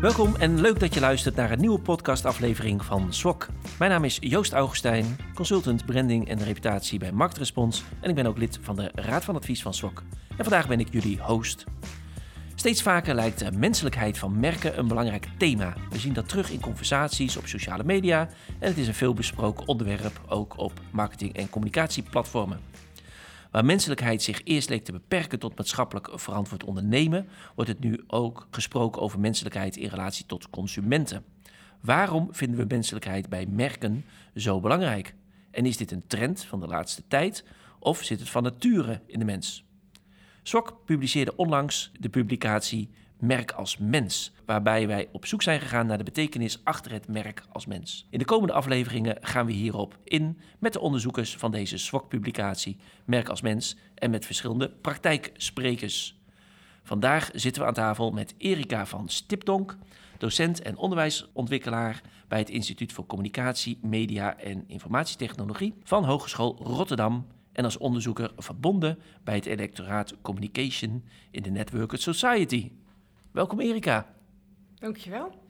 Welkom en leuk dat je luistert naar een nieuwe podcastaflevering van SWOC. Mijn naam is Joost Augustijn, consultant branding en reputatie bij Marktrespons en ik ben ook lid van de Raad van Advies van SWOC. En vandaag ben ik jullie host. Steeds vaker lijkt de menselijkheid van merken een belangrijk thema. We zien dat terug in conversaties op sociale media en het is een veelbesproken onderwerp ook op marketing- en communicatieplatformen. Waar menselijkheid zich eerst leek te beperken tot maatschappelijk verantwoord ondernemen, wordt het nu ook gesproken over menselijkheid in relatie tot consumenten. Waarom vinden we menselijkheid bij merken zo belangrijk? En is dit een trend van de laatste tijd of zit het van nature in de mens? SWOC publiceerde onlangs de publicatie Merk als Mens, waarbij wij op zoek zijn gegaan naar de betekenis achter het merk als mens. In de komende afleveringen gaan we hierop in met de onderzoekers van deze SWOC-publicatie Merk als Mens en met verschillende praktijksprekers. Vandaag zitten we aan tafel met Erika van Stipdonk, docent en onderwijsontwikkelaar bij het Instituut voor Communicatie, Media en Informatietechnologie van Hogeschool Rotterdam en als onderzoeker verbonden bij het Electoraat Communication in de Networked Society. Welkom Erika. Dankjewel.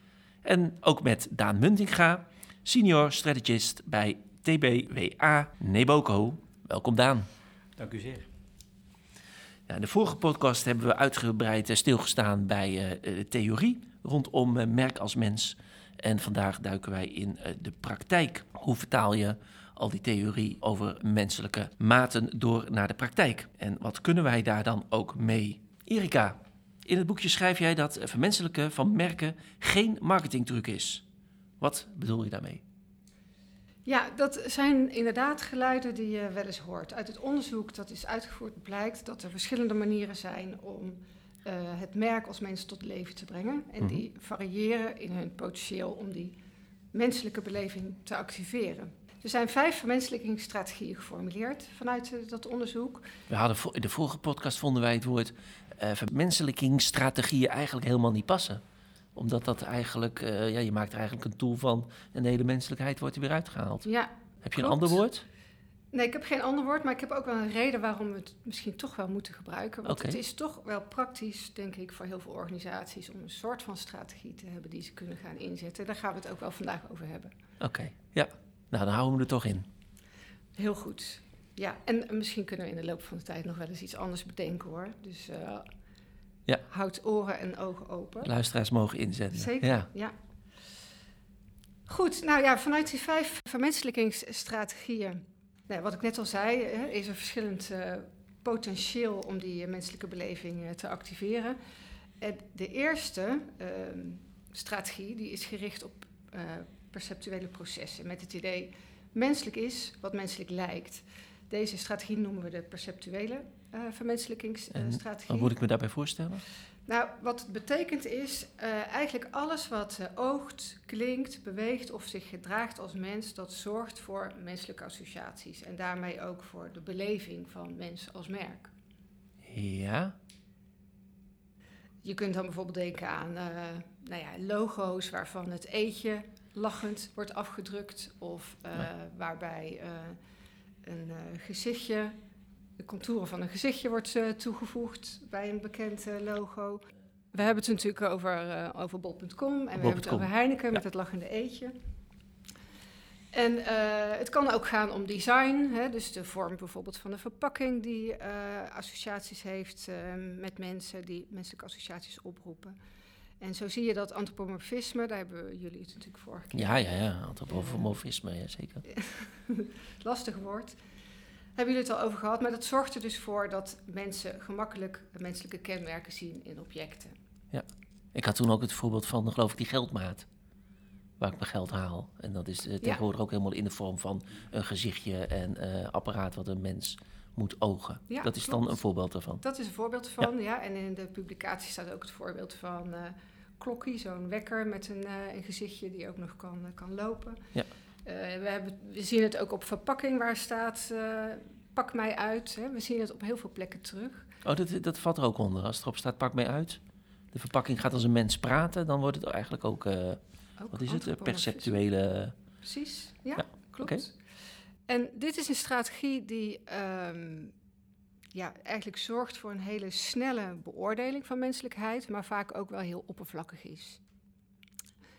En ook met Daan Muntinga, senior strategist bij TBWA Neboco. Welkom Daan. Dank u zeer. Ja, in de vorige podcast hebben we uitgebreid stilgestaan bij de theorie rondom merk als mens. En vandaag duiken wij in de praktijk. Hoe vertaal je al die theorie over menselijke maten door naar de praktijk? En wat kunnen wij daar dan ook mee? Erika, in het boekje schrijf jij dat vermenselijken van merken geen marketingtruc is. Wat bedoel je daarmee? Ja, dat zijn inderdaad geluiden die je wel eens hoort. Uit het onderzoek dat is uitgevoerd blijkt dat er verschillende manieren zijn om het merk als mens tot leven te brengen. En die variëren in hun potentieel om die menselijke beleving te activeren. Er zijn 5 vermenselijkingsstrategieën geformuleerd vanuit dat onderzoek. We hadden in de vorige podcast vonden wij het woord vermenselijkingsstrategieën eigenlijk helemaal niet passen. Omdat dat eigenlijk, je maakt er eigenlijk een tool van en de hele menselijkheid wordt er weer uitgehaald. Ja, heb je klopt. een ander woord? Nee, ik heb geen ander woord, maar ik heb ook wel een reden waarom we het misschien toch wel moeten gebruiken. Want Het is toch wel praktisch, denk ik, voor heel veel organisaties om een soort van strategie te hebben die ze kunnen gaan inzetten. Daar gaan we het ook wel vandaag over hebben. Oké, ja. Nou, dan houden we er toch in. Heel goed. Ja, en misschien kunnen we in de loop van de tijd nog wel eens iets anders bedenken, hoor. Dus houd oren en ogen open. Luisteraars mogen inzetten. Zeker, ja. Goed, nou ja, vanuit die 5 vermenselijkingsstrategieën, wat ik net al zei, is er verschillend potentieel om die menselijke beleving te activeren. En de eerste strategie die is gericht op perceptuele processen met het idee menselijk is wat menselijk lijkt. Deze strategie noemen we de perceptuele vermenselijkingsstrategie. Wat moet ik me daarbij voorstellen? Nou, wat het betekent is eigenlijk alles wat oogt, klinkt, beweegt of zich gedraagt als mens, dat zorgt voor menselijke associaties en daarmee ook voor de beleving van mens als merk. Ja. Je kunt dan bijvoorbeeld denken aan logo's waarvan het eetje lachend wordt afgedrukt of waarbij een gezichtje, de contouren van een gezichtje wordt toegevoegd bij een bekend logo. We hebben het natuurlijk over bol.com en we hebben het over Heineken met het lachende eetje. En het kan ook gaan om design, dus de vorm bijvoorbeeld van de verpakking die associaties heeft met mensen, die menselijke associaties oproepen. En zo zie je dat antropomorfisme, daar hebben jullie het natuurlijk vorige keer. Ja, antropomorfisme, ja, zeker. Lastig woord. Hebben jullie het al over gehad, maar dat zorgt er dus voor dat mensen gemakkelijk menselijke kenmerken zien in objecten. Ja, ik had toen ook het voorbeeld van, geloof ik, die geldmaat, waar ik mijn geld haal. En dat is tegenwoordig ook helemaal in de vorm van een gezichtje en apparaat wat een mens moet ogen. Ja, dat is klopt. Dan een voorbeeld daarvan. Dat is een voorbeeld van, ja. En in de publicatie staat ook het voorbeeld van Klokkie, zo'n wekker met een gezichtje die ook nog kan lopen. Ja. We zien het ook op verpakking waar staat, pak mij uit. Hè. We zien het op heel veel plekken terug. Oh, dat valt er ook onder. Als erop staat, pak mij uit. De verpakking gaat als een mens praten, dan wordt het eigenlijk ook wat is het? Perceptuele. Precies, ja. Klopt. Okay. En dit is een strategie die eigenlijk zorgt voor een hele snelle beoordeling van menselijkheid, maar vaak ook wel heel oppervlakkig is.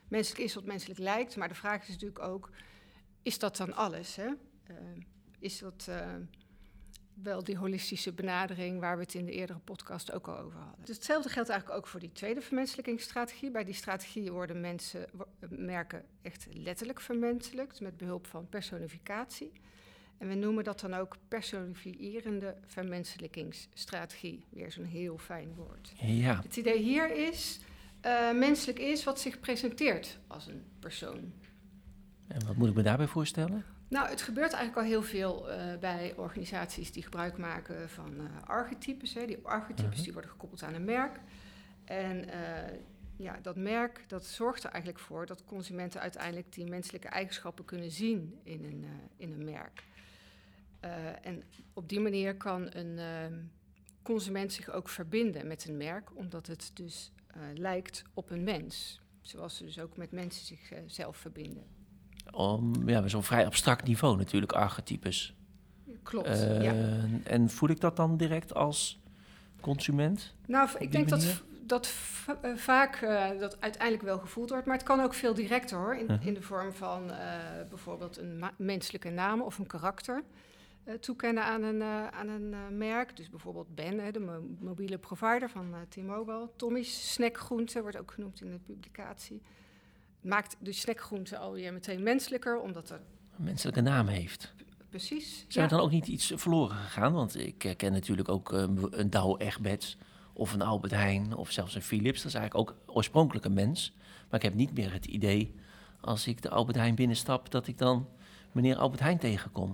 menselijk is wat menselijk lijkt. Maar de vraag is natuurlijk ook, is dat dan alles? Hè? Is dat wel die holistische benadering waar we het in de eerdere podcast ook al over hadden? Dus hetzelfde geldt eigenlijk ook voor die tweede vermenselijkingsstrategie. Bij die strategie worden merken echt letterlijk vermenselijkt met behulp van personificatie. En we noemen dat dan ook personifierende vermenselijkingsstrategie. Weer zo'n heel fijn woord. Ja. Het idee hier is, menselijk is wat zich presenteert als een persoon. En wat moet ik me daarbij voorstellen? Nou, het gebeurt eigenlijk al heel veel bij organisaties die gebruik maken van archetypes. Hè. Die archetypes die worden gekoppeld aan een merk. En dat merk dat zorgt er eigenlijk voor dat consumenten uiteindelijk die menselijke eigenschappen kunnen zien in een merk. En op die manier kan een consument zich ook verbinden met een merk, omdat het dus lijkt op een mens. Zoals ze dus ook met mensen zichzelf verbinden. Zo'n vrij abstract niveau natuurlijk, archetypes. Klopt, En voel ik dat dan direct als consument? Nou, ik denk dat vaak dat uiteindelijk wel gevoeld wordt, maar het kan ook veel directer hoor. In de vorm van bijvoorbeeld een menselijke naam of een karakter toekennen aan een merk. Dus bijvoorbeeld Ben, de mobiele provider van T-Mobile. Tommy's snackgroente wordt ook genoemd in de publicatie. Maakt de snackgroente alweer meteen menselijker, omdat er een menselijke naam heeft. Precies. Zijn er dan ook niet iets verloren gegaan? Want ik ken natuurlijk ook een Douwe Egberts of een Albert Heijn of zelfs een Philips. Dat is eigenlijk ook oorspronkelijk een mens. Maar ik heb niet meer het idee, als ik de Albert Heijn binnenstap, dat ik dan meneer Albert Heijn tegenkom.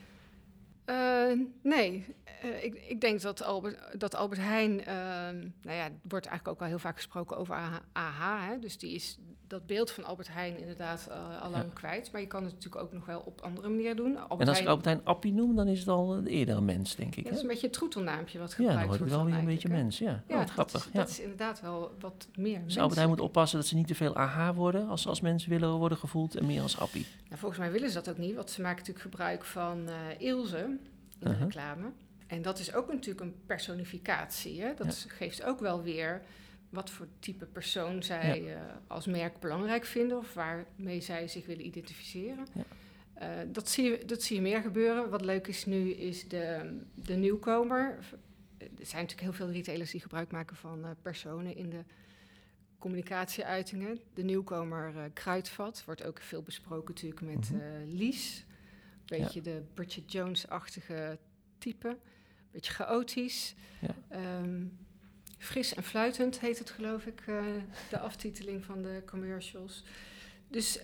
Nee, ik denk dat Albert Heijn... er wordt eigenlijk ook al heel vaak gesproken over AH. Hè? Dus dat beeld van Albert Heijn inderdaad al lang kwijt. Maar je kan het natuurlijk ook nog wel op andere manier doen. En als ik Albert Heijn Appie noem, dan is het al eerder een mens, denk ik. Dat is een beetje het troetelnaampje wat gebruikt wordt. Ja, dan wordt het wel weer een beetje mens, ja. Wat grappig. Dat is inderdaad wel wat meer Dus Albert Heijn moet oppassen dat ze niet te veel AH worden als mensen willen worden gevoeld en meer als Appie. Nou, volgens mij willen ze dat ook niet, want ze maken natuurlijk gebruik van Ilse in de reclame. En dat is ook natuurlijk een personificatie. Hè? Dat geeft ook wel weer wat voor type persoon zij als merk belangrijk vinden of waarmee zij zich willen identificeren. Ja. Dat zie je meer gebeuren. Wat leuk is nu is de nieuwkomer. Er zijn natuurlijk heel veel retailers die gebruik maken van personen in de communicatieuitingen. De nieuwkomer Kruidvat wordt ook veel besproken natuurlijk met Lies. Een beetje de Bridget Jones-achtige type. Beetje chaotisch. Ja. Fris en fluitend heet het, geloof ik, de aftiteling van de commercials. Dus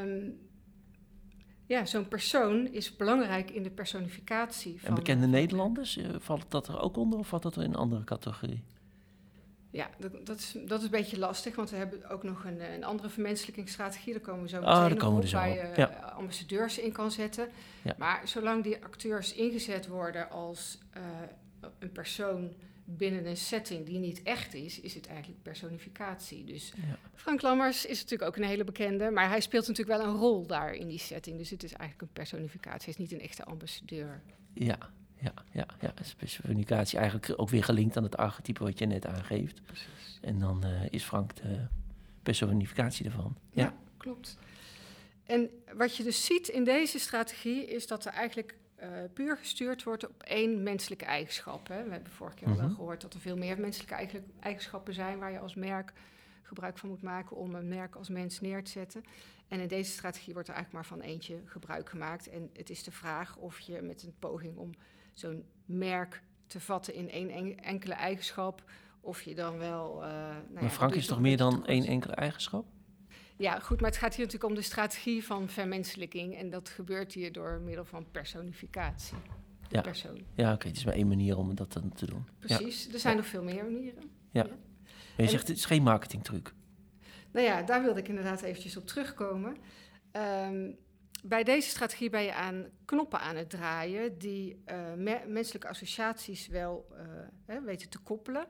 zo'n persoon is belangrijk in de personificatie. En bekende Nederlanders, valt dat er ook onder of valt dat er in een andere categorie? Ja, dat is een beetje lastig, want we hebben ook nog een andere vermenselijkingsstrategie. Daar komen we zo meteen op, waar je ambassadeurs in kan zetten. Ja. Maar zolang die acteurs ingezet worden als een persoon binnen een setting die niet echt is het eigenlijk personificatie. Dus Frank Lammers is natuurlijk ook een hele bekende, maar hij speelt natuurlijk wel een rol daar in die setting. Dus het is eigenlijk een personificatie, hij is niet een echte ambassadeur. Ja, personificatie eigenlijk ook weer gelinkt aan het archetype wat je net aangeeft. Precies. En dan is Frank de personificatie ervan. Ja, klopt. En wat je dus ziet in deze strategie is dat er eigenlijk puur gestuurd wordt op één menselijke eigenschap. Hè. We hebben vorige keer al wel gehoord dat er veel meer menselijke eigenschappen zijn waar je als merk gebruik van moet maken om een merk als mens neer te zetten. En in deze strategie wordt er eigenlijk maar van eentje gebruik gemaakt. En het is de vraag of je met een poging om zo'n merk te vatten in één enkele eigenschap, of je dan wel... maar Frank is toch meer dan één enkele eigenschap? Ja, goed, maar het gaat hier natuurlijk om de strategie van vermenselijking. En dat gebeurt hier door middel van personificatie. Ja, oké, het is maar één manier om dat dan te doen. Precies, er zijn nog veel meer manieren. Ja. Je zegt, het is geen marketingtruc. Nou ja, daar wilde ik inderdaad eventjes op terugkomen. Bij deze strategie ben je aan knoppen aan het draaien die menselijke associaties wel weten te koppelen.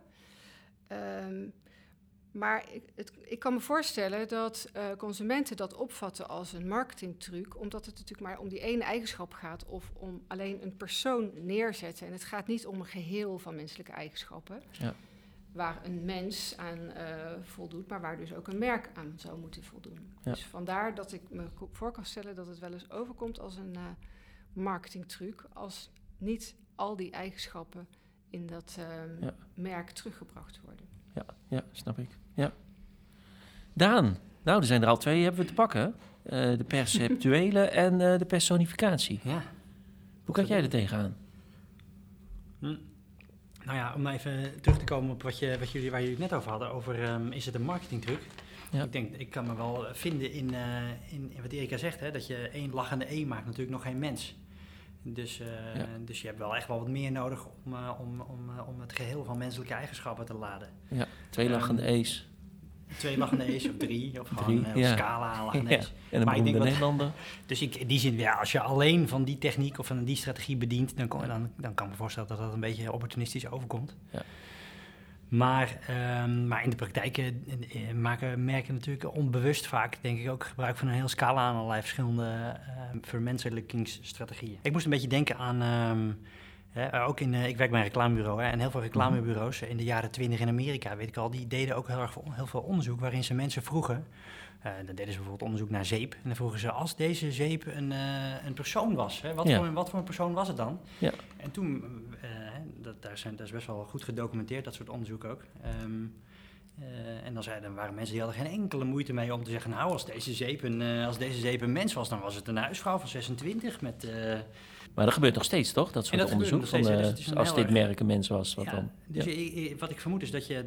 Maar ik kan me voorstellen dat consumenten dat opvatten als een marketingtruc, omdat het natuurlijk maar om die ene eigenschap gaat of om alleen een persoon neerzetten. En het gaat niet om een geheel van menselijke eigenschappen. Ja. waar een mens aan voldoet, maar waar dus ook een merk aan zou moeten voldoen. Ja. Dus vandaar dat ik me voor kan stellen dat het wel eens overkomt als een marketingtruc, als niet al die eigenschappen in dat merk teruggebracht worden. Ja, snap ik. Ja. Daan, nou, er zijn er al 2 hebben we te pakken. De perceptuele en de personificatie. Ja. Hoe kijk jij er tegenaan? Nou ja, om even terug te komen op waar jullie het net over hadden, over is het een marketingtruc? Ja. Ik denk, ik kan me wel vinden in wat Erika zegt, hè, dat je 1 lachende E maakt natuurlijk nog geen mens. Dus je hebt wel echt wel wat meer nodig om het geheel van menselijke eigenschappen te laden. Ja, 2 lachende E's. 2 lachende E's of 3, of gewoon een hele scala aan lachende E's. En een beroemde Nederlander. Dus in die zin, als je alleen van die techniek of van die strategie bedient, dan kan ik me voorstellen dat dat een beetje opportunistisch overkomt. Ja. Maar in de praktijk maken merken natuurlijk onbewust vaak, denk ik, ook gebruik van een heel scala aan allerlei verschillende vermenselijkingsstrategieën. Ik moest een beetje denken aan, ik werk bij een reclamebureau, en heel veel reclamebureaus in de jaren 20 in Amerika, weet ik al, die deden ook heel veel onderzoek waarin ze mensen vroegen. Dan deden ze bijvoorbeeld onderzoek naar zeep. En dan vroegen ze, als deze zeep een persoon was, wat voor een persoon was het dan? Ja. En toen, dat is best wel goed gedocumenteerd, dat soort onderzoek ook. En dan waren mensen die hadden geen enkele moeite mee om te zeggen, nou, als deze zeep een mens was, dan was het een huisvrouw van 26 met... Maar dat gebeurt nog steeds, toch? Dat soort onderzoek van als dit merk een mens was, wat dan? Dus wat ik vermoed is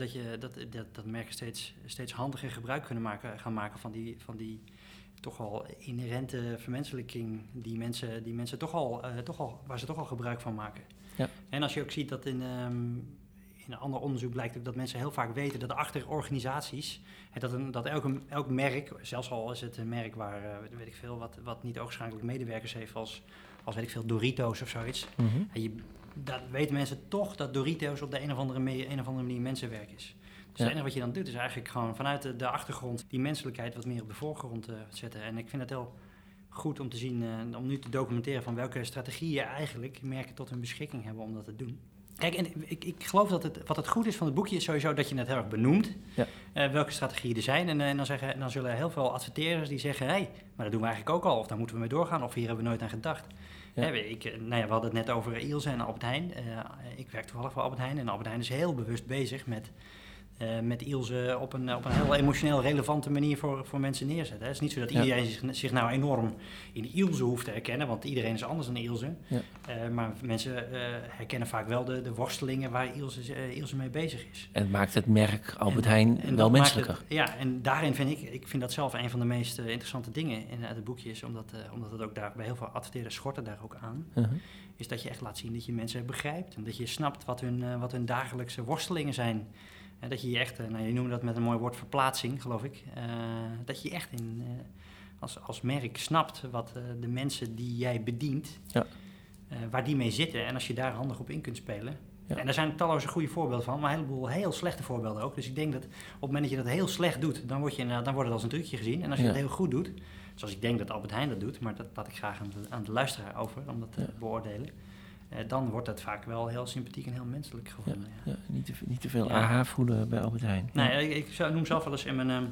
dat merken steeds handiger gebruik gaan maken van die toch al inherente vermenselijking die mensen toch al waar ze toch al gebruik van maken. Ja. En als je ook ziet dat in een ander onderzoek blijkt ook dat mensen heel vaak weten dat achter organisaties, dat elk merk, zelfs al is het een merk waar, weet ik veel, wat niet oogschijnlijk medewerkers heeft als weet ik veel, Doritos of zoiets. Mm-hmm. Dat weten mensen toch dat Doritos op de een of andere manier mensenwerk is. Dus het enige wat je dan doet is eigenlijk gewoon vanuit de achtergrond die menselijkheid wat meer op de voorgrond zetten. En ik vind het heel goed om te zien, om nu te documenteren van welke strategieën eigenlijk merken tot hun beschikking hebben om dat te doen. Kijk, en ik geloof dat wat het goed is van het boekje is sowieso dat je het heel erg benoemt, welke strategieën er zijn. En dan zullen er heel veel adverteerders die zeggen, maar dat doen we eigenlijk ook al, of daar moeten we mee doorgaan, of hier hebben we nooit aan gedacht. Ja. We hadden het net over Ilse en Albert Heijn. Ik werk toevallig voor Albert Heijn en Albert Heijn is heel bewust bezig met Ilse op een heel emotioneel relevante manier voor mensen neerzetten. Het is niet zo dat iedereen zich nou enorm in Ilse hoeft te herkennen, want iedereen is anders dan Ilse. Ja. Maar mensen herkennen vaak wel de worstelingen waar Ilse mee bezig is. En het maakt het merk Albert Heijn wel menselijker. En daarin ik vind dat zelf een van de meest interessante dingen in het boekje is, omdat het ook daar bij heel veel adverteerders schorten daar ook aan, is dat je echt laat zien dat je mensen begrijpt en dat je snapt wat hun dagelijkse worstelingen zijn. Dat je echt, je noemde dat met een mooi woord verplaatsing, geloof ik. Dat je echt als merk snapt wat de mensen die jij bedient, waar die mee zitten. En als je daar handig op in kunt spelen. Ja. En daar zijn talloze goede voorbeelden van, maar een heleboel heel slechte voorbeelden ook. Dus ik denk dat op het moment dat je dat heel slecht doet, dan wordt het als een trucje gezien. En als je het heel goed doet, zoals ik denk dat Albert Heijn dat doet, maar dat laat ik graag aan de luisteraar over om dat te beoordelen. Dan wordt het vaak wel heel sympathiek en heel menselijk gevonden. Ja, niet te veel AH voelen bij Albert Heijn. Nee, ik noem zelf wel eens in mijn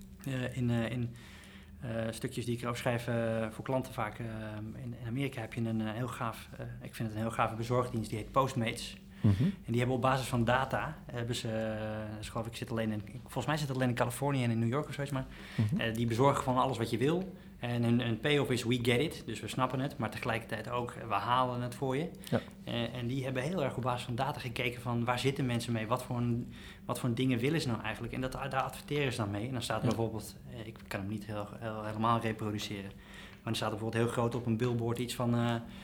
stukjes die ik erover schrijf voor klanten vaak. In Amerika heb je een heel gaaf, ik vind het een heel gave bezorgdienst, die heet Postmates. Mm-hmm. En die hebben op basis van data, geloof ik, volgens mij zit het alleen in Californië en in New York of zoiets, maar die bezorgen van alles wat je wil. En een payoff is we get it, dus we snappen het, maar tegelijkertijd ook we halen het voor je. Ja. En die hebben heel erg op basis van data gekeken van waar zitten mensen mee, wat voor dingen willen ze nou eigenlijk. En daar adverteren ze dan mee. En dan staat bijvoorbeeld, ik kan hem niet helemaal reproduceren, maar dan staat er bijvoorbeeld heel groot op een billboard iets van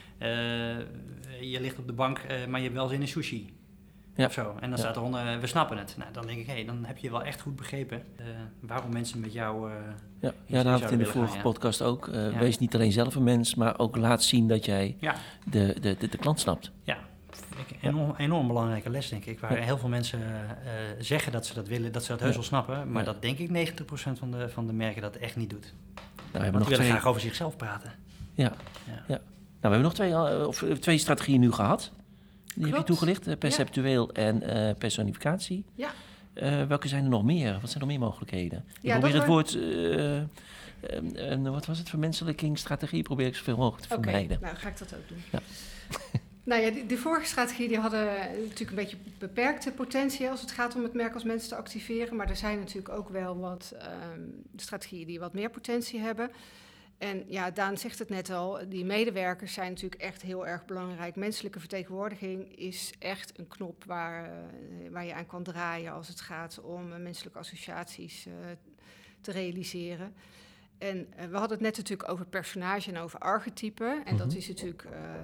je ligt op de bank, maar je hebt wel zin in sushi. Ja. Of zo. En dan staat eronder, we snappen het. Nou, dan denk ik, dan heb je wel echt goed begrepen waarom mensen met jou... daar hadden we het in de vorige podcast ook. Wees niet alleen zelf een mens, maar ook laat zien dat jij de klant snapt. Ja, enorm belangrijke les, denk ik. Waar heel veel mensen zeggen dat ze dat willen, dat ze dat heus wel snappen. Maar dat denk ik 90% van de merken dat echt niet doet. Want die willen graag over zichzelf praten. Ja. Nou, we hebben nog twee strategieën nu gehad. Die heb je toegelicht, perceptueel en personificatie. Ja. Welke zijn er nog meer? Wat zijn er nog meer mogelijkheden? Ik probeer het woord, wat was het, vermenselijkingsstrategie, probeer ik zoveel mogelijk te vermijden. Nou ga ik dat ook doen. Ja. Nou ja, die vorige strategieën die hadden natuurlijk een beetje beperkte potentie als het gaat om het merk als mens te activeren. Maar er zijn natuurlijk ook wel wat strategieën die wat meer potentie hebben. En ja, Daan zegt het net al, die medewerkers zijn natuurlijk echt heel erg belangrijk. Menselijke vertegenwoordiging is echt een knop waar je aan kan draaien als het gaat om menselijke associaties te realiseren. En we hadden het net natuurlijk over personage en over archetypen. En dat is natuurlijk,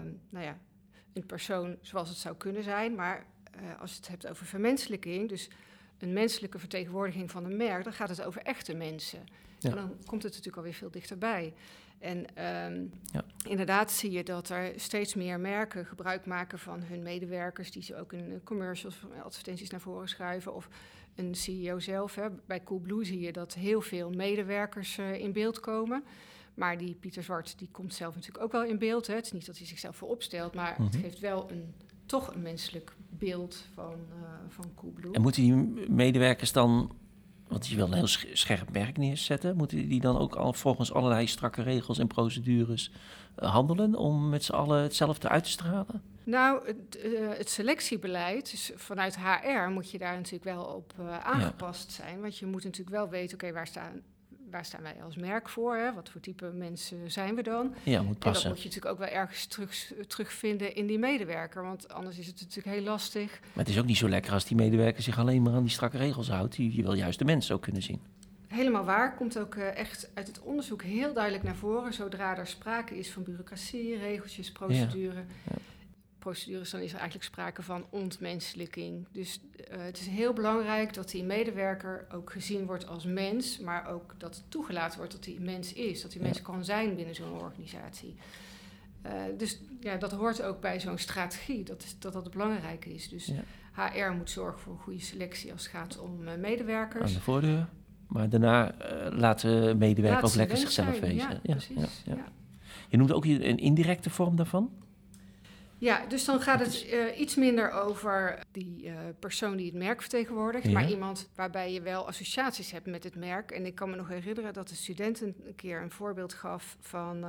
een persoon zoals het zou kunnen zijn. Maar als je het hebt over vermenselijking, dus een menselijke vertegenwoordiging van een merk, dan gaat het over echte mensen. Ja. En dan komt het natuurlijk alweer veel dichterbij. En inderdaad zie je dat er steeds meer merken gebruik maken van hun medewerkers, die ze ook in commercials, advertenties naar voren schuiven. Of een CEO zelf. Hè. Bij Coolblue zie je dat heel veel medewerkers in beeld komen. Maar die Pieter Zwart, die komt zelf natuurlijk ook wel in beeld. Hè. Het is niet dat hij zichzelf voorop stelt, maar het geeft wel toch een menselijk beeld van Coolblue. En moeten die medewerkers dan, want je wil een heel scherp merk neerzetten, moeten die dan ook al volgens allerlei strakke regels en procedures handelen om met z'n allen hetzelfde uit te stralen? Nou, het selectiebeleid, dus vanuit HR moet je daar natuurlijk wel op aangepast zijn. Want je moet natuurlijk wel weten, oké, waar staan wij als merk voor? Hè? Wat voor type mensen zijn we dan? Ja, moet passen. En dat moet je natuurlijk ook wel ergens terugvinden in die medewerker. Want anders is het natuurlijk heel lastig. Maar het is ook niet zo lekker als die medewerker zich alleen maar aan die strakke regels houdt. Je wil juist de mensen ook kunnen zien. Helemaal waar. Komt ook echt uit het onderzoek heel duidelijk naar voren. Zodra er sprake is van bureaucratie, regeltjes, procedure. Ja. Procedures, dan is er eigenlijk sprake van ontmenselijking. Dus het is heel belangrijk dat die medewerker ook gezien wordt als mens, maar ook dat het toegelaten wordt dat hij mens is, dat hij mens kan zijn binnen zo'n organisatie. Dus ja, dat hoort ook bij zo'n strategie, dat belangrijk is. Dus HR moet zorgen voor een goede selectie als het gaat om medewerkers. Aan de voordeur, maar daarna laten medewerkers ook lekker zichzelf wezen. Ja, precies. Ja. Je noemt ook een indirecte vorm daarvan? Ja, dus dan gaat het iets minder over die persoon die het merk vertegenwoordigt, maar iemand waarbij je wel associaties hebt met het merk. En ik kan me nog herinneren dat de student een keer een voorbeeld gaf van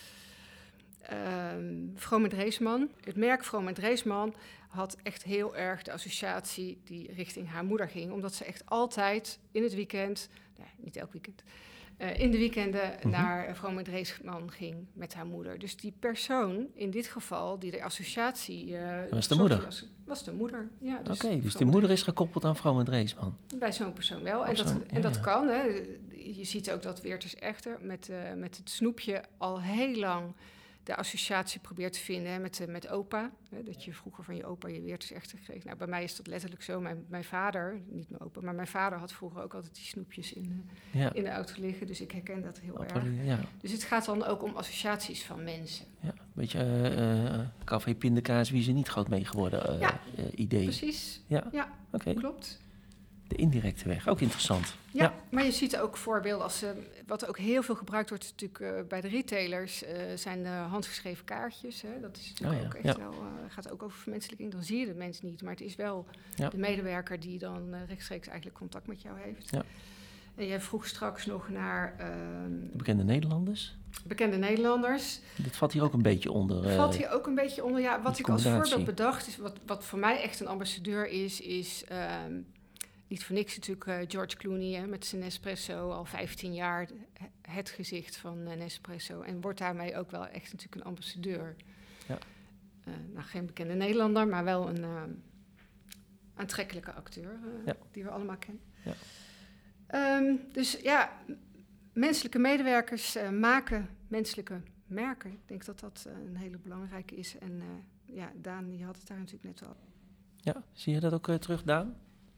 Vroom en Dreesman. Het merk Vroom en Dreesman had echt heel erg de associatie die richting haar moeder ging, omdat ze echt altijd in het weekend, niet elk weekend, in de weekenden naar Vroom en Dreesman ging met haar moeder. Dus die persoon, in dit geval, die de associatie... was de moeder? Was de moeder, ja. Dus Oké, dus die moeder is gekoppeld aan Vroom en Dreesman? Bij zo'n persoon wel. En dat kan, hè. Je ziet ook dat Weertes Echter met het snoepje al heel lang de associatie probeert te vinden, hè, met opa. Hè, dat je vroeger van je opa je Weertes Echter kreeg. Nou, bij mij is dat letterlijk zo. Mijn vader, niet mijn opa, maar mijn vader had vroeger ook altijd die snoepjes in de auto liggen. Dus ik herken dat heel erg. Ja. Dus het gaat dan ook om associaties van mensen. Ja, een beetje café pindakaas, wie ze niet groot mee geworden idee. Precies. Ja, okay. Klopt. De indirecte weg, ook interessant. Ja, maar je ziet ook voorbeelden als wat ook heel veel gebruikt wordt natuurlijk bij de retailers, zijn de handgeschreven kaartjes. Hè. Dat is natuurlijk ook echt wel, gaat ook over vermenselijking. Dan zie je de mens niet, maar het is wel de medewerker die dan rechtstreeks eigenlijk contact met jou heeft. Ja. En jij vroeg straks nog naar... bekende Nederlanders? Bekende Nederlanders. Dat valt hier ook een beetje onder. Valt hier ook een beetje onder, ja. Wat ik als voorbeeld bedacht is, wat voor mij echt een ambassadeur is niet voor niks natuurlijk George Clooney met zijn Nespresso, al 15 jaar het gezicht van Nespresso. En wordt daarmee ook wel echt natuurlijk een ambassadeur. Ja. Geen bekende Nederlander, maar wel een aantrekkelijke acteur die we allemaal kennen. Ja. Dus ja, menselijke medewerkers maken menselijke merken. Ik denk dat dat een hele belangrijke is. En Daan, die had het daar natuurlijk net al. Ja, zie je dat ook terug, Daan?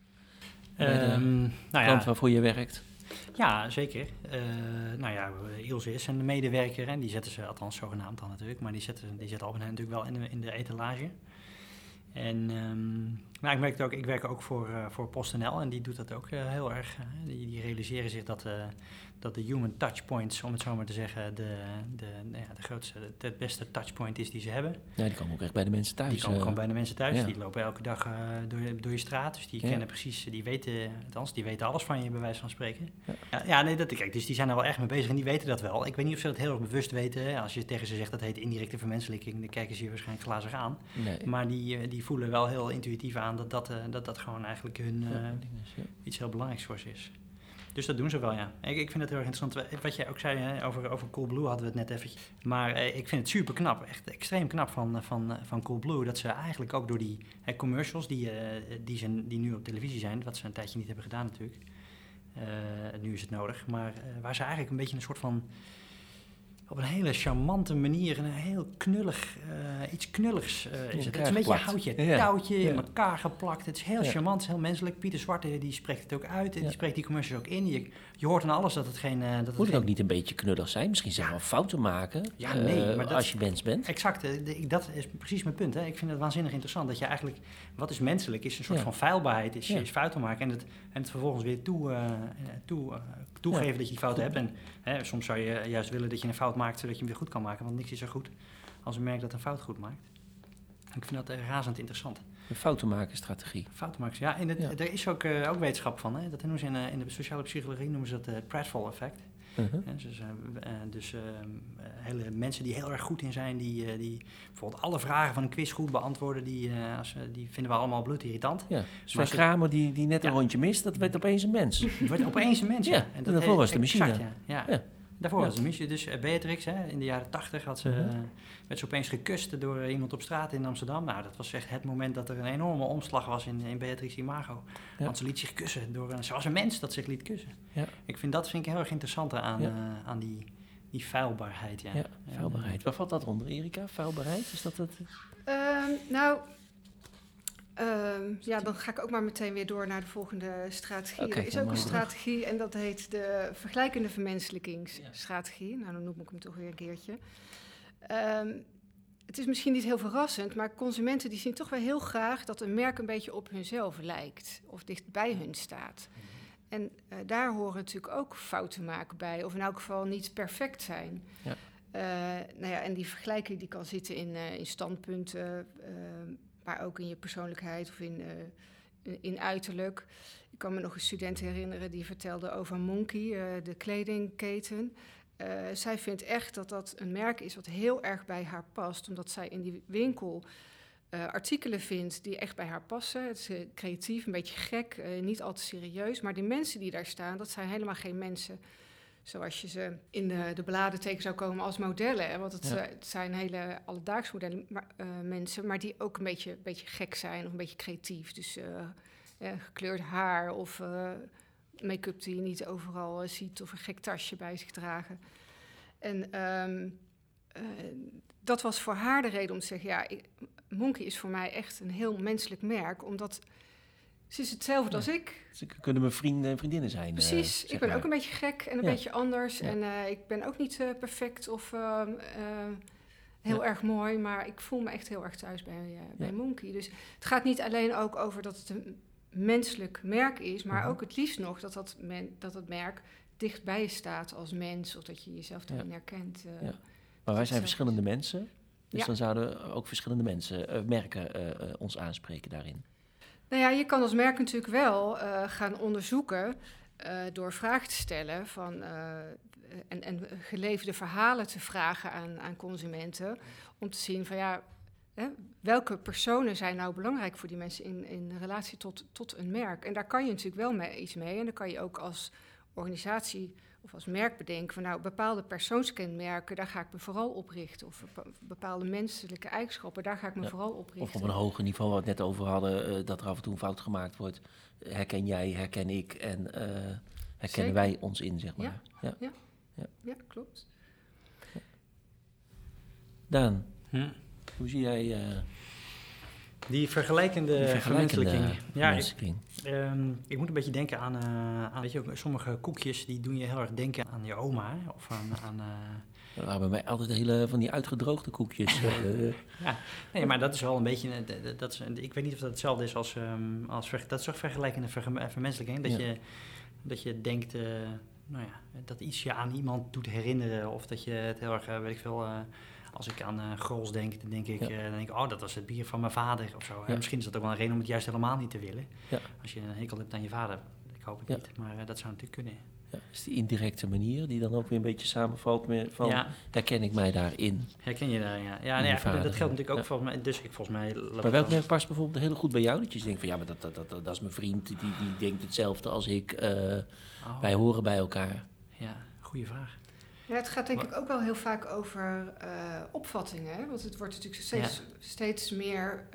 Klant waarvoor je werkt. Ja, zeker. Ilse is een medewerker en die zetten ze, althans zogenaamd dan natuurlijk, maar die zetten Albert Heijn natuurlijk wel in de etalage. En Maar ik werk ook voor PostNL en die doet dat ook heel erg. Die realiseren zich dat de human touchpoints, om het zo maar te zeggen, de grootste, het beste touchpoint is die ze hebben. Ja, die komen ook echt bij de mensen thuis. Die komen gewoon bij de mensen thuis. Ja. Die lopen elke dag door je straat. Dus die kennen precies, die weten alles van je, bij wijze van spreken. Kijk, dus die zijn er wel echt mee bezig en die weten dat wel. Ik weet niet of ze dat heel erg bewust weten. Als je tegen ze zegt dat heet indirecte vermenselijking, dan kijken ze je waarschijnlijk glazig aan. Nee. Maar die voelen wel heel intuïtief aan dat gewoon eigenlijk hun iets heel belangrijks voor ze is. Dus dat doen ze wel, ja. Ik vind het heel erg interessant. Wat jij ook zei, hè, over Coolblue hadden we het net eventjes. Maar ik vind het super knap, echt extreem knap van Coolblue. Dat ze eigenlijk ook door die commercials die nu op televisie zijn, wat ze een tijdje niet hebben gedaan natuurlijk. Nu is het nodig. Maar waar ze eigenlijk een beetje een soort van, op een hele charmante manier, een heel knullig, iets knulligs is het. Het is een beetje houtje, touwtje, in elkaar geplakt. Het is heel charmant, het is heel menselijk. Pieter Zwarte, die spreekt het ook uit. Die spreekt die commercials ook in. Je hoort aan alles dat het geen... Moet het ook niet een beetje knullig zijn? Misschien zelf wel fouten maken maar als je mens bent. Exact, dat is precies mijn punt. Hè. Ik vind het waanzinnig interessant dat je eigenlijk... Wat is menselijk? Is een soort van feilbaarheid, is fouten maken. En het vervolgens weer toegeven dat je die fouten hebt. En soms zou je juist willen dat je een fout maakt, zodat je hem weer goed kan maken. Want niks is zo goed als een merk dat een fout goed maakt. Ik vind dat razend interessant. De foutenmakerstrategie. Foutenmakers, ja. Er is ook wetenschap van. Hè. Dat noemen ze in de sociale psychologie noemen ze dat Pratfall-effect. Hele mensen die heel erg goed in zijn, die bijvoorbeeld alle vragen van een quiz goed beantwoorden, die vinden we allemaal bloedirritant. Ja, Sven Kramer die net een rondje mist, dat werd opeens een mens. Die wordt opeens een mens, ja. En daarvoor was de machine. Exact, ja. Daarvoor was de machine. Dus Beatrix, in de jaren 80 werd ze opeens gekust door iemand op straat in Amsterdam. Nou, dat was echt het moment dat er een enorme omslag was in Beatrix imago. Ja. Want ze liet zich kussen. Ze was een mens dat zich liet kussen. Ja. Dat vind ik heel erg interessant aan die feilbaarheid. Ja, feilbaarheid. Waar valt dat onder, Erika? Feilbaarheid? Is dat het? Dan ga ik ook maar meteen weer door naar de volgende strategie. Er is ook een strategie en dat heet de vergelijkende vermenselijkingsstrategie. Nou, dan noem ik hem toch weer een keertje. Het is misschien niet heel verrassend, maar consumenten die zien toch wel heel graag dat een merk een beetje op hunzelf lijkt of dicht bij hun staat. En daar horen natuurlijk ook fouten maken bij, of in elk geval niet perfect zijn. Ja. En die vergelijking die kan zitten in standpunten, maar ook in je persoonlijkheid of in uiterlijk. Ik kan me nog een student herinneren die vertelde over Monkey, de kledingketen. Zij vindt echt dat dat een merk is wat heel erg bij haar past, omdat zij in die winkel artikelen vindt die echt bij haar passen. Het is creatief, een beetje gek, niet al te serieus. Maar die mensen die daar staan, dat zijn helemaal geen mensen zoals je ze in de bladen tegen zou komen als modellen. Hè? Want het zijn hele alledaagse modellen, mensen, maar die ook een beetje gek zijn of een beetje creatief. Dus gekleurd haar of make-up die je niet overal ziet of een gek tasje bij zich dragen. En dat was voor haar de reden om te zeggen, Monkey is voor mij echt een heel menselijk merk, omdat ze is hetzelfde als ik. Ze kunnen mijn vrienden en vriendinnen zijn. Precies, ik ben ook een beetje gek en een beetje anders. Ja. En ik ben ook niet perfect of heel erg mooi, maar ik voel me echt heel erg thuis bij Monkey. Dus het gaat niet alleen ook over dat het een menselijk merk is, maar ook het liefst nog dat het merk dichtbij je staat als mens, of dat je jezelf daarin herkent. Maar wij zijn verschillende mensen, dus dan zouden ook verschillende merken ons aanspreken daarin. Nou ja, je kan als merk natuurlijk wel gaan onderzoeken door vragen te stellen en geleverde verhalen te vragen aan consumenten, om te zien van welke personen zijn nou belangrijk voor die mensen in relatie tot een merk. En daar kan je natuurlijk wel iets mee. En dan kan je ook als organisatie of als merk bedenken van bepaalde persoonskenmerken, daar ga ik me vooral op richten. Of bepaalde menselijke eigenschappen, daar ga ik me vooral op richten. Of op een hoger niveau, waar we het net over hadden, dat er af en toe een fout gemaakt wordt. Herken jij, herken ik en herkennen wij ons in, zeg maar. Ja, klopt. Daan, hoe zie jij die vergelijkende vermenselijking? Ik moet een beetje denken aan weet je, sommige koekjes die doen je heel erg denken aan je oma. Of Dat waren bij mij altijd hele van die uitgedroogde koekjes. Ja, nee, maar dat is wel een beetje... ik weet niet of dat hetzelfde is als dat is toch vergelijkende vermenselijking. Dat je denkt, dat iets je aan iemand doet herinneren. Of dat je het heel erg, weet ik veel... als ik aan Grols denk, dan denk ik, oh, dat was het bier van mijn vader of zo. Ja. Misschien is dat ook wel een reden om het juist helemaal niet te willen. Ja. Als je een hekel hebt aan je vader. Ik hoop het niet, maar dat zou natuurlijk kunnen. Ja, is die indirecte manier die dan ook weer een beetje samenvalt met van... Herken ik mij daarin? Herken je daar, ja. Ja, dat geldt natuurlijk ook volgens mij. Dus volgens mij... Maar welk merk past bijvoorbeeld heel goed bij jou? Dat je denkt van, ja, maar dat is mijn vriend. Die denkt hetzelfde als ik. Wij horen bij elkaar. Ja, goede vraag. Ja, het gaat denk ik ook wel heel vaak over opvattingen. Hè? Want het wordt natuurlijk steeds meer...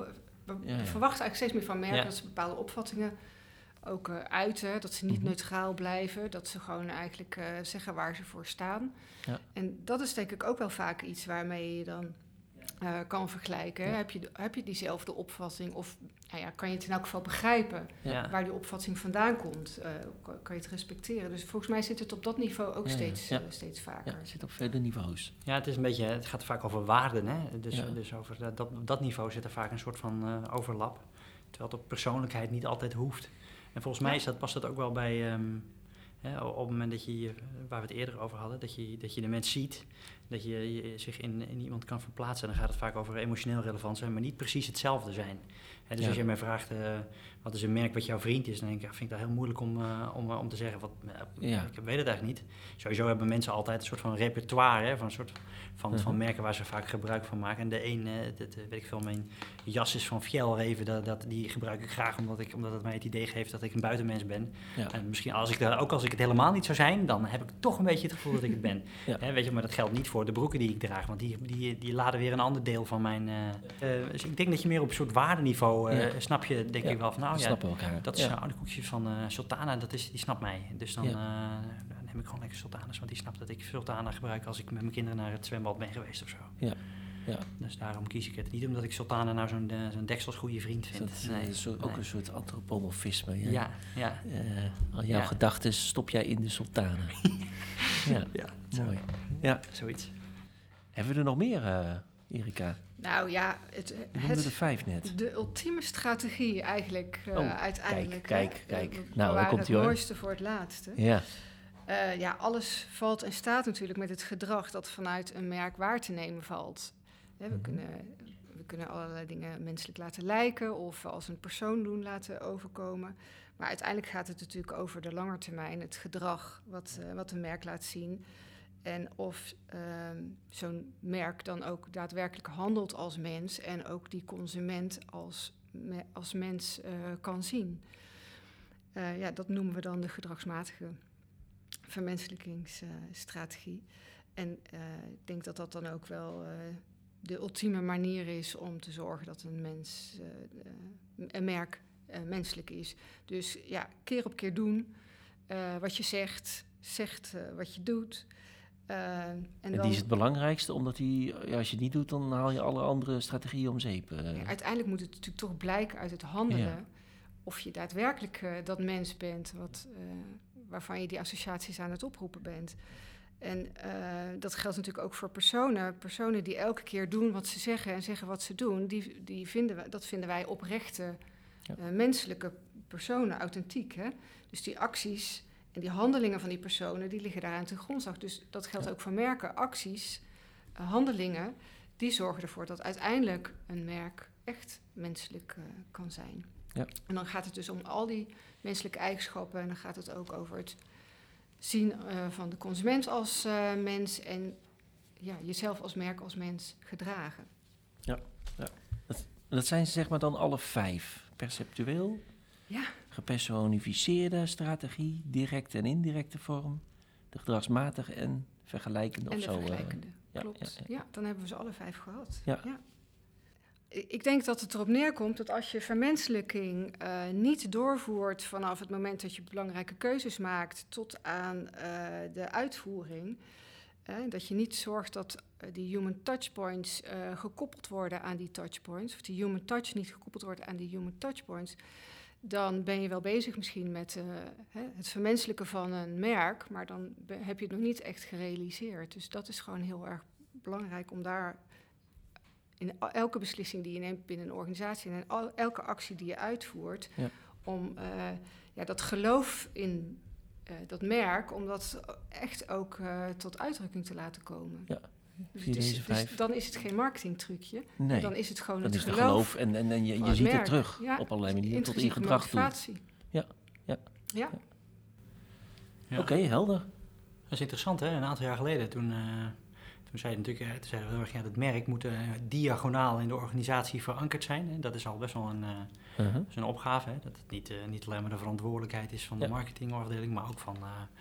verwacht eigenlijk steeds meer van merken dat ze bepaalde opvattingen ook uiten. Dat ze niet neutraal blijven. Dat ze gewoon eigenlijk zeggen waar ze voor staan. Ja. En dat is denk ik ook wel vaak iets waarmee je dan kan vergelijken. Ja. Heb je diezelfde opvatting? Of kan je het in elk geval begrijpen waar die opvatting vandaan komt? Kan je het respecteren? Dus volgens mij zit het op dat niveau ook steeds vaker. Ja, het zit op vele niveaus. Ja, het gaat vaak over waarden. Hè? Dus over dat niveau zit er vaak een soort van overlap. Terwijl het op persoonlijkheid niet altijd hoeft. En volgens mij past dat ook wel bij... op het moment dat je, waar we het eerder over hadden, dat je de mens ziet, dat je zich in iemand kan verplaatsen, dan gaat het vaak over emotioneel relevant zijn, maar niet precies hetzelfde zijn. Dus als je mij vraagt, wat is een merk wat jouw vriend is, dan denk ik, vind ik dat heel moeilijk om te zeggen, ik weet het eigenlijk niet. Sowieso hebben mensen altijd een soort van repertoire, van een soort van merken waar ze vaak gebruik van maken. En de een, weet ik veel, mijn jas is van Fjällräven, die gebruik ik graag omdat het mij het idee geeft dat ik een buitenmens ben. Ja. En misschien als ik het helemaal niet zou zijn, dan heb ik toch een beetje het gevoel dat ik het ben. Weet je, maar dat geldt niet voor de broeken die ik draag, want die laden weer een ander deel van mijn... dus ik denk dat je meer op een soort waardeniveau snap je, denk ik wel van, snappen elkaar. Dat is de koekje van Sultana, die snapt mij. Dus dan neem ik gewoon lekker Sultana's, want die snapt dat ik Sultana gebruik als ik met mijn kinderen naar het zwembad ben geweest of zo. Ja. Ja. Dus daarom kies ik het. Niet omdat ik Sultana nou zo'n deksels goede vriend vind. Dat is ook een soort antropomorfisme. Ja. Al jouw gedachten stop jij in de Sultana. Mooi. Ja, zoiets. Hebben we er nog meer, Erika? Nou ja, we noemden er 5 net. De ultieme strategie eigenlijk uiteindelijk. Kijk. Nou, dan komt het mooiste voor het laatste. Ja. Alles valt en staat natuurlijk met het gedrag dat vanuit een merk waar te nemen valt. We kunnen allerlei dingen menselijk laten lijken of als een persoon doen laten overkomen. Maar uiteindelijk gaat het natuurlijk over de langetermijn, het gedrag wat een merk laat zien. En of zo'n merk dan ook daadwerkelijk handelt als mens en ook die consument als mens kan zien. Dat noemen we dan de gedragsmatige vermenselijkingsstrategie. En ik denk dat dat dan ook wel de ultieme manier is om te zorgen dat een merk menselijk is. Dus keer op keer doen wat je zegt wat je doet. En die is het belangrijkste, omdat als je het niet doet, dan haal je alle andere strategieën om zeep. Uiteindelijk moet het natuurlijk toch blijken uit het handelen of je daadwerkelijk dat mens bent waarvan je die associaties aan het oproepen bent. En dat geldt natuurlijk ook voor personen. Personen die elke keer doen wat ze zeggen en zeggen wat ze doen, dat vinden wij oprechte menselijke personen, authentiek. Hè? Dus die acties en die handelingen van die personen, die liggen daaraan ten grondslag. Dus dat geldt ook voor merken, acties, handelingen, die zorgen ervoor dat uiteindelijk een merk echt menselijk kan zijn. Ja. En dan gaat het dus om al die menselijke eigenschappen en dan gaat het ook over het zien van de consument als mens en jezelf als merk als mens gedragen. Ja. Dat zijn ze zeg maar dan alle 5. Perceptueel, gepersonificeerde strategie, directe en indirecte vorm, de gedragsmatige en vergelijkende en of zo. En de vergelijkende, klopt. Ja, dan hebben we ze alle 5 gehad. Ja. Ik denk dat het erop neerkomt dat als je vermenselijking niet doorvoert vanaf het moment dat je belangrijke keuzes maakt tot aan de uitvoering, dat je niet zorgt dat die human touchpoints gekoppeld worden aan die touchpoints, of die human touch niet gekoppeld wordt aan die human touchpoints, dan ben je wel bezig misschien met het vermenselijken van een merk, maar dan heb je het nog niet echt gerealiseerd. Dus dat is gewoon heel erg belangrijk om daar in elke beslissing die je neemt binnen een organisatie en elke actie die je uitvoert, om dat geloof in dat merk, om dat echt ook tot uitdrukking te laten komen. Ja. Dus dan is het geen marketingtrucje. Nee, dan is het gewoon dan het is het geloof en je ziet het terug op allerlei manieren tot in gedrag toe. Ja. Oké, helder. Dat is interessant, hè? Een aantal jaar geleden, toen zeiden we heel erg, dat merk moet diagonaal in de organisatie verankerd zijn. Hè? Dat is al best wel een opgave, hè? Dat het niet alleen maar de verantwoordelijkheid is van de marketingafdeling, maar ook van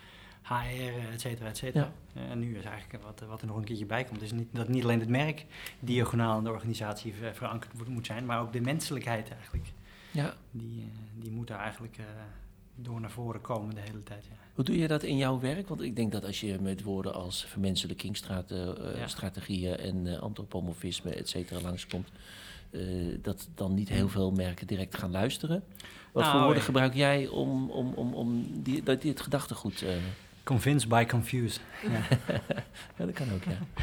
HR, et cetera, et cetera. Ja. En nu is eigenlijk wat er nog een keertje bij komt, is dat niet alleen het merk diagonaal in de organisatie verankerd moet zijn, maar ook de menselijkheid eigenlijk. Ja. Die moet daar eigenlijk door naar voren komen de hele tijd. Ja. Hoe doe je dat in jouw werk? Want ik denk dat als je met woorden als vermenselijking, strategieën en antropomorfisme, et cetera, langskomt, dat dan niet heel veel merken direct gaan luisteren. Wat voor woorden gebruik jij om dit gedachtegoed... Convinced by confused. Ja, dat kan ook,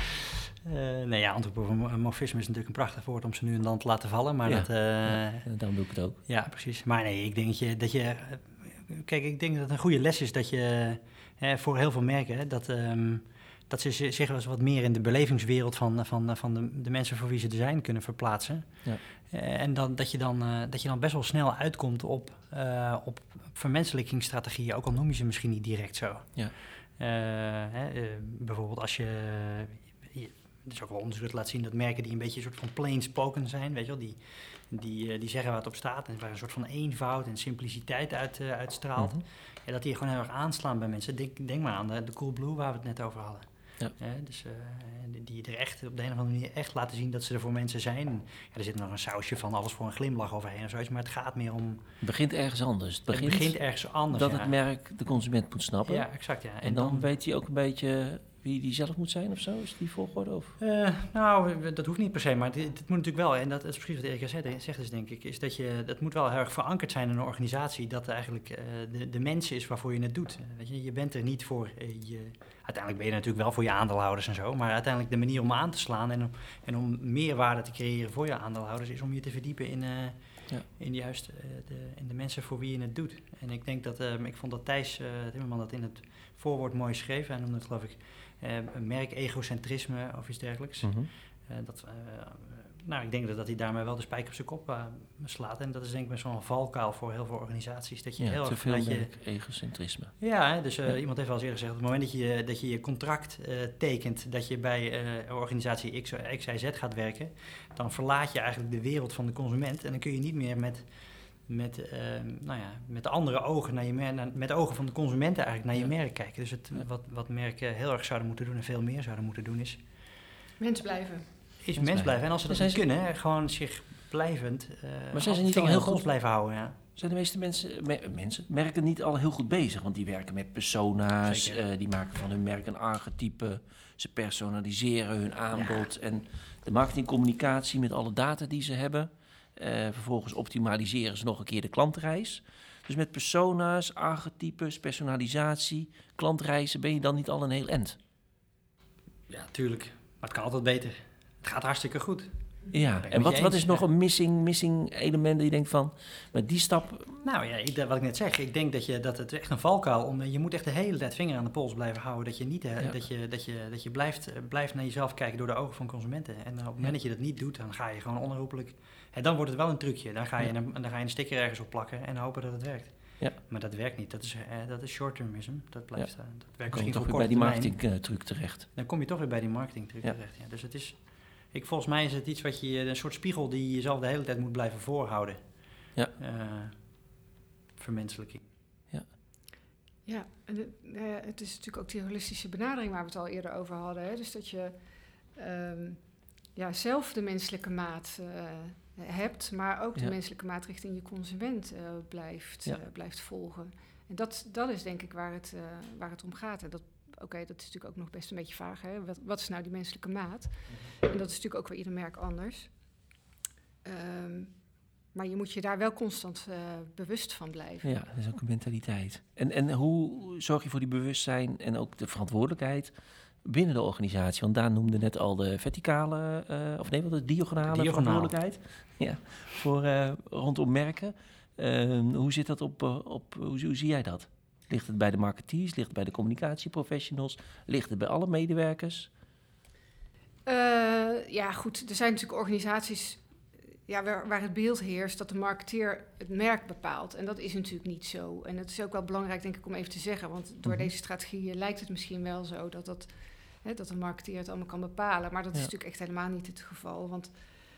ja. Antropomorfisme is natuurlijk een prachtig woord om ze nu en dan te laten vallen. Maar dan doe ik het ook. Ja, precies. Maar nee, ik denk dat je... Kijk, ik denk dat het een goede les is dat je voor heel veel merken... dat ze zich wel eens wat meer in de belevingswereld van de mensen voor wie ze er zijn kunnen verplaatsen. Ja. En dat je dan best wel snel uitkomt op vermenselijkingsstrategieën, ook al noem je ze misschien niet direct zo. Ja. Bijvoorbeeld als je... Het is ook wel onderzoek dat laat zien dat merken die een beetje een soort van plain spoken zijn, weet je wel, die zeggen waar het op staat en waar een soort van eenvoud en simpliciteit uitstraalt. Mm-hmm. En dat die gewoon heel erg aanslaan bij mensen. Denk maar aan de Coolblue waar we het net over hadden. Ja. Die er echt op de een of andere manier echt laten zien dat ze er voor mensen zijn. Ja, er zit nog een sausje van alles voor een glimlach overheen of zoiets, maar het gaat meer om... Het begint ergens anders. Het begint ergens anders, dat het merk de consument moet snappen. Ja, exact, ja. En dan weet hij ook een beetje wie die zelf moet zijn of zo? Is die volgorde? Of? Dat hoeft niet per se, maar het moet natuurlijk wel. En dat is precies wat Erika zegt dus denk ik, is dat moet wel heel erg verankerd zijn in een organisatie, dat eigenlijk de mens is waarvoor je het doet. Weet je bent er niet voor uiteindelijk ben je natuurlijk wel voor je aandeelhouders en zo, maar uiteindelijk de manier om aan te slaan en om meerwaarde te creëren voor je aandeelhouders is om je te verdiepen in juist in de mensen voor wie je het doet. En ik denk dat, ik vond dat Thijs Timmerman dat in het voorwoord mooi schreef. Hij noemde het geloof ik merk-egocentrisme of iets dergelijks. Mm-hmm. Ik denk dat hij daarmee wel de spijker op zijn kop slaat. En dat is denk ik best wel een valkuil voor heel veel organisaties. Dat je heel erg te veel merk-egocentrisme. Ja, dus iemand heeft wel eens eerder gezegd, op het moment dat je je contract tekent, dat je bij organisatie XYZ gaat werken, dan verlaat je eigenlijk de wereld van de consument. En dan kun je niet meer met andere ogen met de ogen van de consumenten eigenlijk naar je merk kijken. Dus wat merken heel erg zouden moeten doen en veel meer zouden moeten doen is... Mens blijven. Mens blijven. En als ze dat niet kunnen, gewoon zich blijvend... maar zijn ze niet al heel goed blijven houden, ja. Zijn de meeste mensen merken niet al heel goed bezig? Want die werken met persona's, die maken van hun merk een archetype, ze personaliseren hun aanbod en de marketingcommunicatie met alle data die ze hebben. Vervolgens optimaliseren ze nog een keer de klantreis. Dus met persona's, archetypes, personalisatie, klantreizen ben je dan niet al een heel end? Ja, tuurlijk. Maar het kan altijd beter. Het gaat hartstikke goed. Ja, en wat is nog een missing element dat je denkt van, met die stap... Nou ja, wat ik net zeg, ik denk dat het echt een valkuil je moet echt de hele tijd vinger aan de pols blijven houden, dat je niet dat je blijft naar jezelf kijken door de ogen van consumenten. En op het moment dat je dat niet doet, dan ga je gewoon onherroepelijk... En dan wordt het wel een trucje. Dan ga je een sticker ergens op plakken en hopen dat het werkt. Ja. Maar dat werkt niet. Dat is short-termism. Dat blijft. Dat werkt misschien voor korte termijn. Dan kom je toch weer bij die marketingtruc terecht. Dan kom je toch weer bij die marketingtruc terecht. Ja. Dus het is... Volgens mij is het iets wat je... Een soort spiegel die je jezelf de hele tijd moet blijven voorhouden. Ja. Vermenselijking. Ja, en het is natuurlijk ook die holistische benadering waar we het al eerder over hadden. Hè? Dus dat je zelf de menselijke maat hebt, maar ook de menselijke maat richting je consument blijft volgen. En dat is denk ik waar het om gaat. En dat is natuurlijk ook nog best een beetje vaag. Hè? Wat is nou die menselijke maat? En dat is natuurlijk ook bij ieder merk anders. Maar je moet je daar wel constant bewust van blijven. Ja, dat is ook een mentaliteit. En hoe zorg je voor die bewustzijn en ook de verantwoordelijkheid binnen de organisatie? Want Daan noemde net al de verticale, de diagonale verantwoordelijkheid. Ja, rondom merken. Hoe zit dat hoe zie jij dat? Ligt het bij de marketeers? Ligt het bij de communicatieprofessionals? Ligt het bij alle medewerkers? Goed. Er zijn natuurlijk organisaties waar het beeld heerst dat de marketeer het merk bepaalt. En dat is natuurlijk niet zo. En dat is ook wel belangrijk, denk ik, om even te zeggen. Want door deze strategieën lijkt het misschien wel zo dat de marketeer het allemaal kan bepalen. Maar dat is natuurlijk echt helemaal niet het geval. Want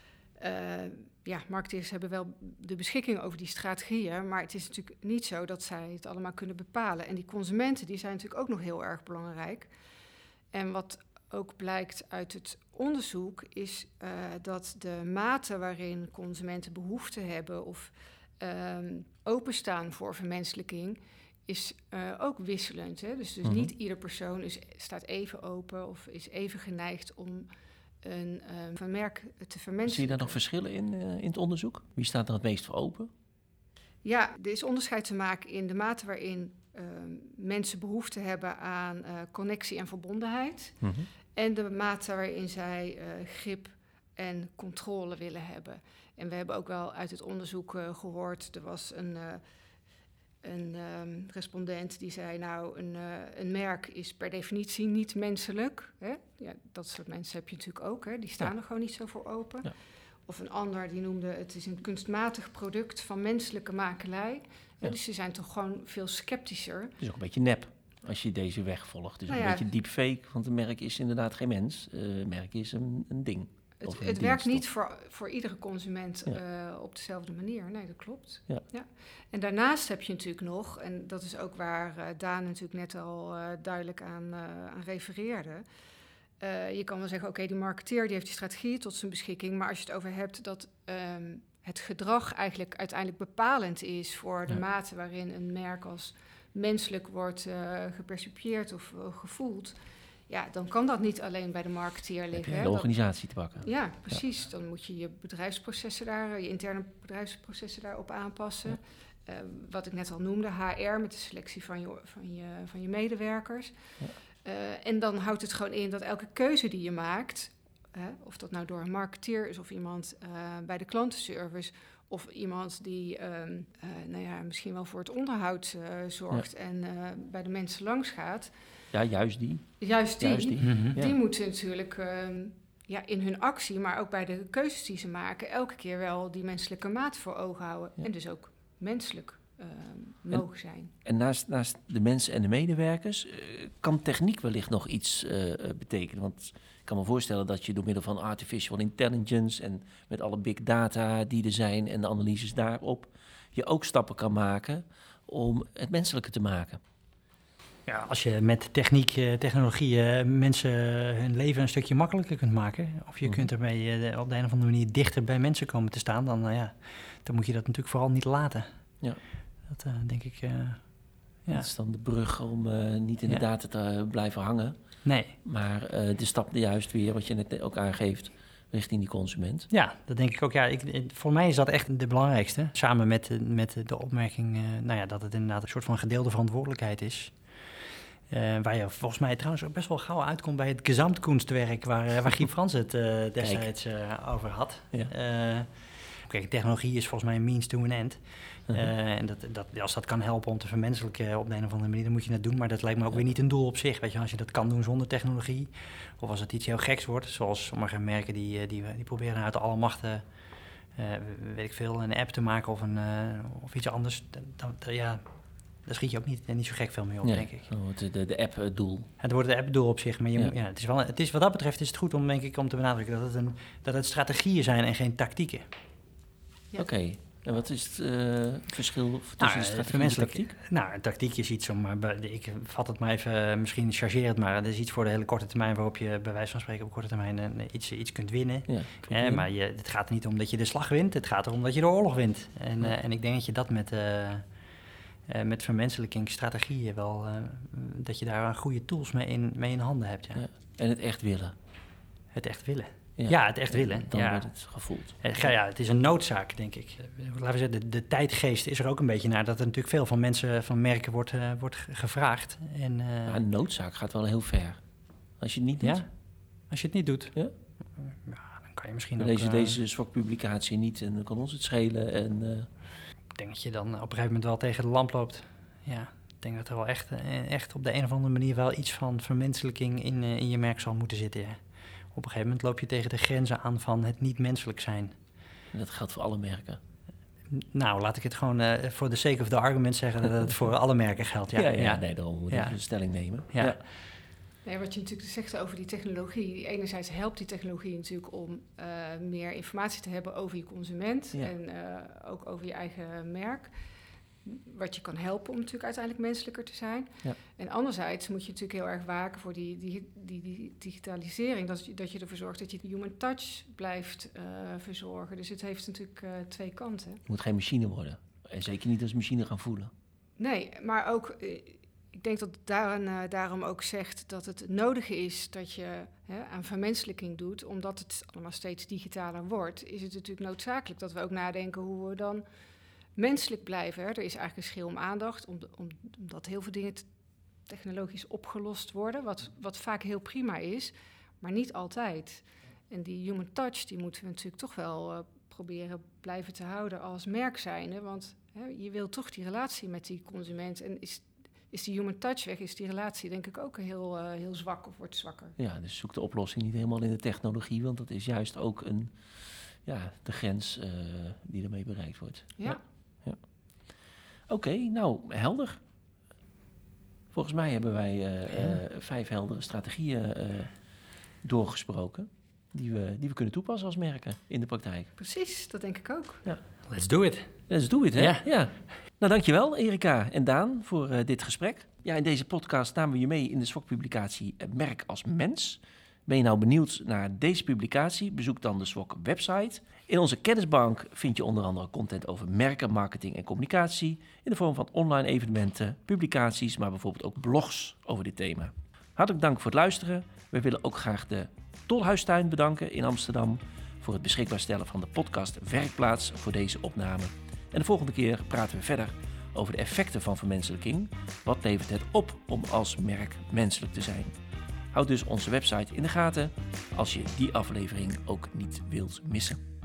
marketeers hebben wel de beschikking over die strategieën. Maar het is natuurlijk niet zo dat zij het allemaal kunnen bepalen. En die consumenten die zijn natuurlijk ook nog heel erg belangrijk. En wat ook blijkt uit het onderzoek is dat de mate waarin consumenten behoefte hebben of openstaan voor vermenselijking is ook wisselend. Hè? Dus niet ieder persoon staat even open of is even geneigd om een merk te vermenselijken. Zie je daar nog verschillen in het onderzoek? Wie staat er het meest voor open? Ja, er is onderscheid te maken in de mate waarin mensen behoefte hebben aan connectie en verbondenheid. Mm-hmm. En de mate waarin zij grip en controle willen hebben. En we hebben ook wel uit het onderzoek gehoord, er was een respondent die zei, een merk is per definitie niet menselijk. Hè? Ja, dat soort mensen heb je natuurlijk ook, hè? Die staan er gewoon niet zo voor open. Ja. Of een ander die noemde, het is een kunstmatig product van menselijke makelij. Ja. Dus ze zijn toch gewoon veel sceptischer. Het is ook een beetje nep. Als je deze weg volgt. Dus een beetje deepfake, want een merk is inderdaad geen mens. Een merk is een ding. Het werkt niet voor iedere consument op dezelfde manier. Nee, dat klopt. Ja. En daarnaast heb je natuurlijk nog, en dat is ook waar Daan natuurlijk net al duidelijk aan refereerde. Je kan wel zeggen, die marketeer die heeft die strategie tot zijn beschikking. Maar als je het over hebt dat het gedrag eigenlijk uiteindelijk bepalend is voor de mate waarin een merk als menselijk wordt gepercipieerd of gevoeld, dan kan dat niet alleen bij de marketeer liggen. Heb je de organisatie te pakken. Ja, precies. Ja. Dan moet je je je interne bedrijfsprocessen daarop aanpassen. Ja. Wat ik net al noemde, HR met de selectie van je medewerkers. Ja. En dan houdt het gewoon in dat elke keuze die je maakt, of dat nou door een marketeer is of iemand bij de klantenservice, of iemand die misschien wel voor het onderhoud zorgt en bij de mensen langs gaat. Ja, juist die. Mm-hmm. Die moeten natuurlijk in hun actie, maar ook bij de keuzes die ze maken, elke keer wel die menselijke maat voor ogen houden. Ja. En dus ook menselijk mogen zijn. En naast de mensen en de medewerkers, kan techniek wellicht nog iets betekenen? Want ik kan me voorstellen dat je door middel van artificial intelligence en met alle big data die er zijn en de analyses daarop, je ook stappen kan maken om het menselijke te maken. Ja, als je met technologie mensen hun leven een stukje makkelijker kunt maken, of je kunt ermee op de een of andere manier dichter bij mensen komen te staan, dan moet je dat natuurlijk vooral niet laten. Ja. Dat denk ik. Dat is dan de brug om niet in de data te blijven hangen. Nee. Maar de stap juist weer, wat je net ook aangeeft, richting die consument. Ja, dat denk ik ook. Ja, voor mij is dat echt de belangrijkste. Samen met de opmerking dat het inderdaad een soort van gedeelde verantwoordelijkheid is. Waar je volgens mij trouwens ook best wel gauw uitkomt bij het Gesamtkunstwerk, waar Guy Frans het destijds over had. Ja. Kijk, technologie is volgens mij een means to an end. En als dat kan helpen om te vermenselijken op de een of andere manier, dan moet je dat doen. Maar dat lijkt me ook weer niet een doel op zich. Weet je, als je dat kan doen zonder technologie, of als het iets heel geks wordt, zoals sommige merken die proberen uit alle machten, weet ik veel, een app te maken of iets anders, daar schiet je ook niet zo gek veel mee op, denk ik. De app het doel. Het wordt de app doel op zich, maar het is wat dat betreft is het goed om te benadrukken dat het strategieën zijn en geen tactieken. Ja. Oké. En wat is het verschil tussen strategie en tactiek? Een tactiek is iets ik vat het maar even, misschien chargeer het maar. Dat is iets voor de hele korte termijn waarop je bij wijze van spreken op korte termijn iets kunt winnen. Ja, maar het gaat niet om dat je de slag wint, het gaat erom dat je de oorlog wint. En ik denk dat je dat met vermenselijkingsstrategieën wel, dat je daar goede tools mee in handen hebt. Ja. En het echt willen. Het echt willen. Ja, het echt willen. Dan wordt het gevoeld. Ja, het is een noodzaak, denk ik. Laten we zeggen, de tijdgeest is er ook een beetje naar. Dat er natuurlijk veel van mensen, van merken wordt gevraagd. En, een noodzaak gaat wel heel ver. Als je het niet doet. Ja, als je het niet doet. Ja? Dan kan je misschien ook... Deze SWOC-publicatie niet en dan kan ons het schelen. En, Ik denk dat je dan op een gegeven moment wel tegen de lamp loopt. Ja, ik denk dat er wel echt op de een of andere manier wel iets van vermenselijking in je merk zal moeten zitten. Ja. Op een gegeven moment loop je tegen de grenzen aan van het niet menselijk zijn. En dat geldt voor alle merken? Nou, laat ik het gewoon voor de sake of the argument zeggen dat het voor alle merken geldt. Ja. Nee, daarom moet je een stelling nemen. Ja. Nee, wat je natuurlijk zegt over die technologie. Enerzijds helpt die technologie natuurlijk om meer informatie te hebben over je consument. Ja. En ook over je eigen merk. Wat je kan helpen om natuurlijk uiteindelijk menselijker te zijn. Ja. En anderzijds moet je natuurlijk heel erg waken voor die digitalisering. Dat je ervoor zorgt dat je de human touch blijft verzorgen. Dus het heeft natuurlijk twee kanten. Het moet geen machine worden. En zeker niet als machine gaan voelen. Nee, maar ook... Ik denk dat daarom ook zegt dat het nodig is dat je aan vermenselijking doet. Omdat het allemaal steeds digitaler wordt, is het natuurlijk noodzakelijk dat we ook nadenken hoe we dan menselijk blijven. Hè. Er is eigenlijk een schil om aandacht, omdat heel veel dingen technologisch opgelost worden. Wat vaak heel prima is, maar niet altijd. En die human touch, die moeten we natuurlijk toch wel proberen blijven te houden als merk zijnde. Want je wil toch die relatie met die consument. En is die human touch weg, is die relatie denk ik ook heel zwak of wordt zwakker. Ja, dus zoek de oplossing niet helemaal in de technologie, want dat is juist ook de grens die ermee bereikt wordt. Ja. Oké, nou, helder. Volgens mij hebben wij 5 heldere strategieën doorgesproken die we kunnen toepassen als merken in de praktijk. Precies, dat denk ik ook. Ja. Let's do it. Let's do it, hè? Ja. Nou, dankjewel Erika en Daan voor dit gesprek. Ja, in deze podcast namen we je mee in de SWOC-publicatie Merk als Mens. Ben je nou benieuwd naar deze publicatie? Bezoek dan de SWOC-website. In onze kennisbank vind je onder andere content over merken, marketing en communicatie in de vorm van online evenementen, publicaties, maar bijvoorbeeld ook blogs over dit thema. Hartelijk dank voor het luisteren. We willen ook graag de Tolhuistuin bedanken in Amsterdam voor het beschikbaar stellen van de podcast Werkplaats voor deze opname. En de volgende keer praten we verder over de effecten van vermenselijking. Wat levert het op om als merk menselijk te zijn? Houd dus onze website in de gaten als je die aflevering ook niet wilt missen.